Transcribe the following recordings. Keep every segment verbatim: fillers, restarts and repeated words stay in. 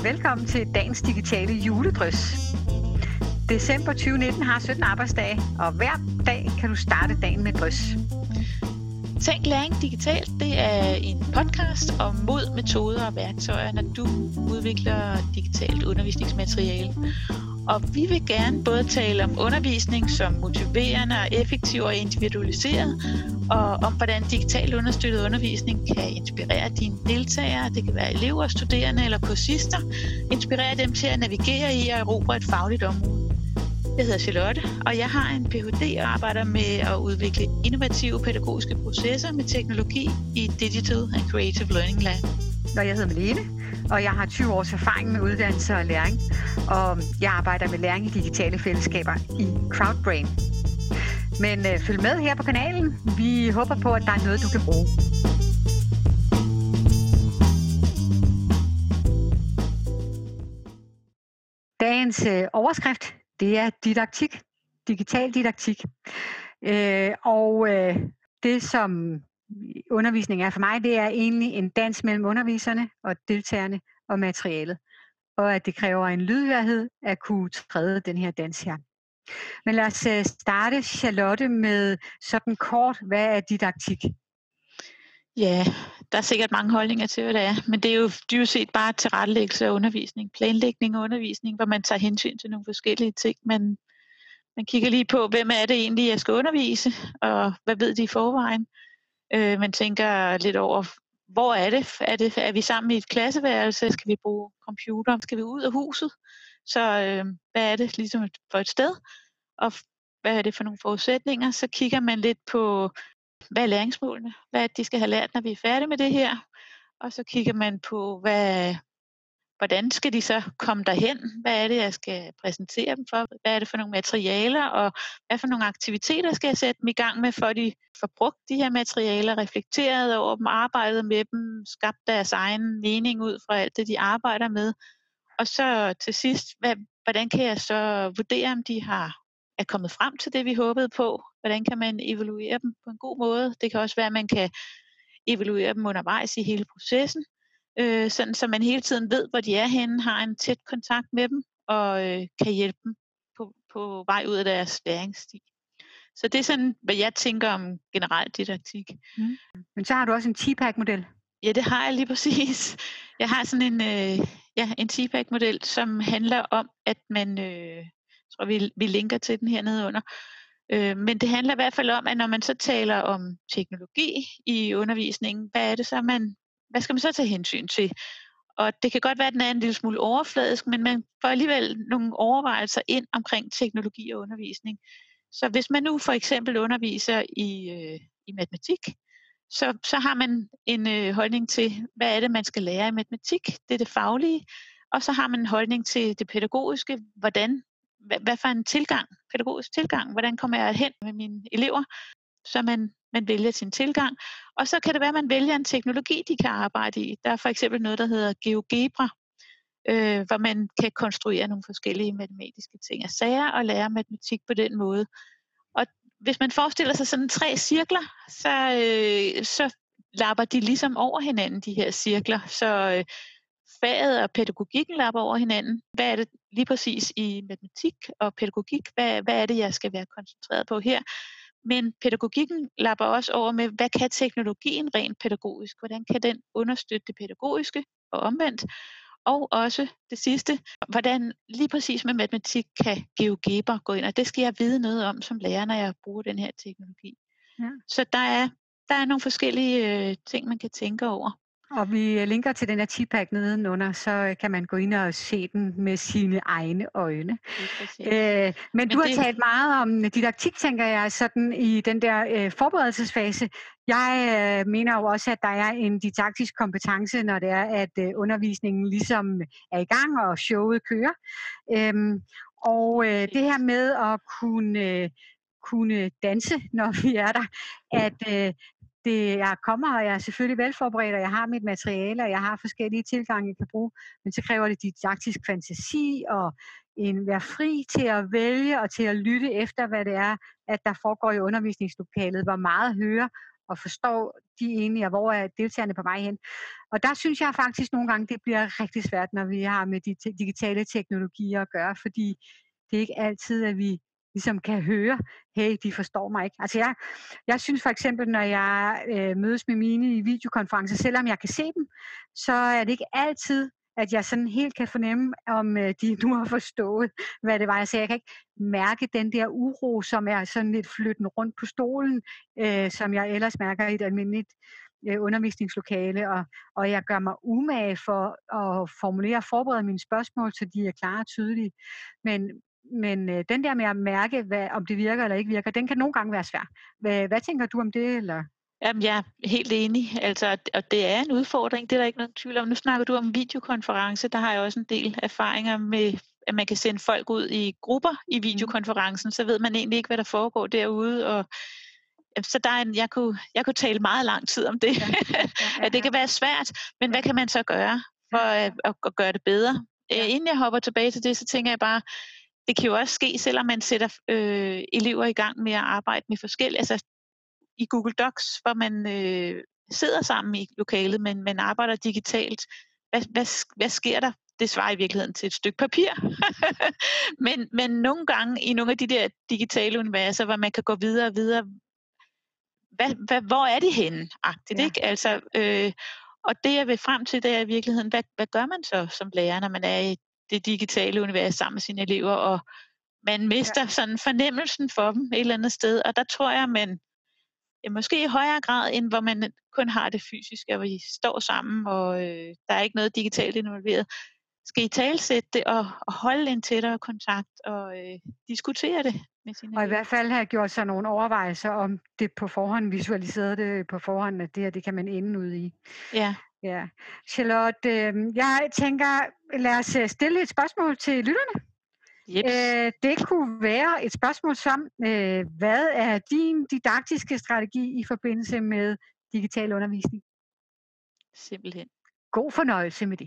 velkommen til dagens digitale juledrys. December tyve nitten har sytten arbejdsdage, og hver dag kan du starte dagen med et drys. Tænk læring digitalt, det er en podcast om mod, metoder og værktøjer, når du udvikler digitalt undervisningsmateriale. Og vi vil gerne både tale om undervisning som motiverende og effektiv og individualiseret, og om hvordan digital understøttet undervisning kan inspirere dine deltagere, det kan være elever, studerende eller kursister, inspirere dem til at navigere i og erobre et fagligt område. Jeg hedder Charlotte, og jeg har en P H D og arbejder med at udvikle innovative pædagogiske processer med teknologi i Digital and Creative Learning Lab. Og jeg hedder Malene, og jeg har tyve års erfaring med uddannelse og læring, og jeg arbejder med læring i digitale fællesskaber i Crowdbrain. Men øh, følg med her på kanalen. Vi håber på, at der er noget, du kan bruge. Dagens øh, overskrift, det er didaktik, digital didaktik. Øh, og øh, det, som undervisning er for mig, det er egentlig en dans mellem underviserne og deltagerne og materialet. Og at det kræver en lydhørhed at kunne træde den her dans her. Men lad os øh, starte, Charlotte, med sådan kort, hvad er didaktik? Ja, der er sikkert mange holdninger til, hvad det er, men det er jo dybest set bare tilrettelæggelse af undervisning, planlægning af undervisning, hvor man tager hensyn til nogle forskellige ting. Man, man kigger lige på, hvem er det egentlig, jeg skal undervise, og hvad ved de i forvejen. Øh, man tænker lidt over, hvor er det? Er det? Er vi sammen i et klasseværelse? Skal vi bruge computer? Skal vi ud af huset? Så øh, hvad er det ligesom for et sted? Og hvad er det for nogle forudsætninger? Så kigger man lidt på, hvad er læringsmålene? Hvad er det, de skal have lært, når vi er færdige med det her? Og så kigger man på, hvad, hvordan skal de så komme derhen? Hvad er det, jeg skal præsentere dem for? Hvad er det for nogle materialer? Og hvad for nogle aktiviteter skal jeg sætte dem i gang med, for at de får brugt de her materialer, reflekteret over dem, arbejdet med dem, skabt deres egen mening ud fra alt det, de arbejder med. Og så til sidst, hvad, hvordan kan jeg så vurdere, om de har er kommet frem til det, vi håbede på? Hvordan kan man evaluere dem på en god måde? Det kan også være, at man kan evaluere dem undervejs i hele processen, øh, sådan så man hele tiden ved, hvor de er henne, har en tæt kontakt med dem og øh, kan hjælpe dem på, på vej ud af deres læringsstil. Så det er sådan, hvad jeg tænker om generelt didaktik. Mm. Men så har du også en T P A C-model. Ja, det har jeg lige præcis. Jeg har sådan en, øh, ja, en T P A C-model, som handler om, at man, øh, jeg tror vi, vi linker til den hernede under, øh, men det handler i hvert fald om, at når man så taler om teknologi i undervisningen, hvad er det så, man, hvad skal man så tage hensyn til? Og det kan godt være, at den er en lille smule overfladisk, men man får alligevel nogle overvejelser ind omkring teknologi og undervisning. Så hvis man nu for eksempel underviser i, øh, i matematik, så, så har man en øh, holdning til, hvad er det, man skal lære i matematik. Det er det faglige. Og så har man en holdning til det pædagogiske. Hvordan, hvad, hvad for en tilgang, pædagogisk tilgang, hvordan kommer jeg hen med mine elever? Så man, man vælger sin tilgang. Og så kan det være, at man vælger en teknologi, de kan arbejde i. Der er for eksempel noget, der hedder GeoGebra, øh, hvor man kan konstruere nogle forskellige matematiske ting og sager og lære matematik på den måde. Og hvis man forestiller sig sådan tre cirkler, så, øh, så lapper de ligesom over hinanden, de her cirkler. Så øh, faget og pædagogikken lapper over hinanden. Hvad er det lige præcis i matematik og pædagogik? Hvad, hvad er det, jeg skal være koncentreret på her? Men pædagogikken lapper også over med, hvad kan teknologien rent pædagogisk? Hvordan kan den understøtte det pædagogiske og omvendt? Og også det sidste, hvordan lige præcis med matematik kan GeoGebra gå ind, og det skal jeg vide noget om som lærer, når jeg bruger den her teknologi. Ja. Så der er, der er nogle forskellige øh, ting, man kan tænke over. Og vi linker til den her T P A C nedenunder, så kan man gå ind og se den med sine egne øjne. Øh, men, men du har det... talt meget om didaktik, tænker jeg, sådan i den der øh, forberedelsesfase. Jeg øh, mener jo også, at der er en didaktisk kompetence, når det er, at øh, undervisningen ligesom er i gang, og showet kører. Øhm, og øh, det her med at kunne, øh, kunne danse, når vi er der, at øh, det, jeg kommer, og jeg er selvfølgelig velforberedt, og jeg har mit materiale, og jeg har forskellige tilgange, jeg kan bruge, men så kræver det didaktisk fantasi, og en være fri til at vælge, og til at lytte efter, hvad det er, at der foregår i undervisningslokalet, hvor meget hører, og forstår de egentlig, og hvor er deltagerne på vej hen. Og der synes jeg faktisk nogle gange, det bliver rigtig svært, når vi har med de te- digitale teknologier at gøre, fordi det er ikke altid, at vi ligesom kan høre, hey, de forstår mig ikke. Altså jeg, jeg synes for eksempel, når jeg øh, mødes med mine i videokonferencer, selvom jeg kan se dem, så er det ikke altid, at jeg sådan helt kan fornemme, om øh, de nu har forstået, hvad det var, jeg sagde. Jeg kan ikke mærke den der uro, som er sådan lidt flytten rundt på stolen, øh, som jeg ellers mærker i et almindeligt øh, undervisningslokale, og, og jeg gør mig umage for at formulere og forberede mine spørgsmål, så de er klare og tydelige. Men Men øh, den der med at mærke, hvad, om det virker eller ikke virker, den kan nogle gange være svær. Hvad, hvad tænker du om det? Eller? Jamen, jeg er helt enig. Altså, og det er en udfordring, det er der ikke nogen tvivl om. Nu snakker du om videokonference, der har jeg også en del erfaringer med, at man kan sende folk ud i grupper i videokonferencen, så ved man egentlig ikke, hvad der foregår derude. Og så der er en, jeg, kunne, jeg kunne tale meget lang tid om det, ja, ja, ja. At det kan være svært, men hvad kan man så gøre for at, at, at gøre det bedre? Ja. Inden jeg hopper tilbage til det, så tænker jeg bare, det kan jo også ske, selvom man sætter øh, elever i gang med at arbejde med forskellige, altså i Google Docs, hvor man øh, sidder sammen i lokalet, men man arbejder digitalt. Hvad, hvad, hvad sker der? Det svarer i virkeligheden til et stykke papir. men, men nogle gange i nogle af de der digitale universer, hvor man kan gå videre og videre, hvad, hvad, hvor er de henne? Agtigt, ja. Ikke? Altså, øh, og det jeg vil frem til, det er i virkeligheden, hvad, hvad gør man så som lærer, når man er i det digitale univers sammen med sine elever, og man mister ja. sådan fornemmelsen for dem et eller andet sted, og der tror jeg, man ja, måske i højere grad, end hvor man kun har det fysiske, hvor I står sammen, og øh, der er ikke noget digitalt involveret. Skal I talsætte det og, og holde en tættere kontakt og øh, diskutere det med sine Og elever? i hvert fald have gjort sig nogle overvejelser om det på forhånd, visualiseret det på forhånd, at det her, det kan man ende ud i. Ja. Ja. Charlotte, øh, jeg tænker, lad os stille et spørgsmål til lytterne. Øh, det kunne være et spørgsmål som, øh, hvad er din didaktiske strategi i forbindelse med digital undervisning? Simpelthen. God fornøjelse med det.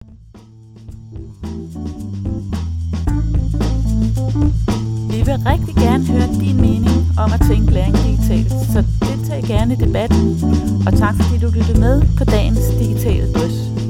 Vi vil rigtig gerne høre din mening om at tænke læring digitalt, så deltag gerne i debatten, og tak fordi du lyttede med på dagens digitale drøs.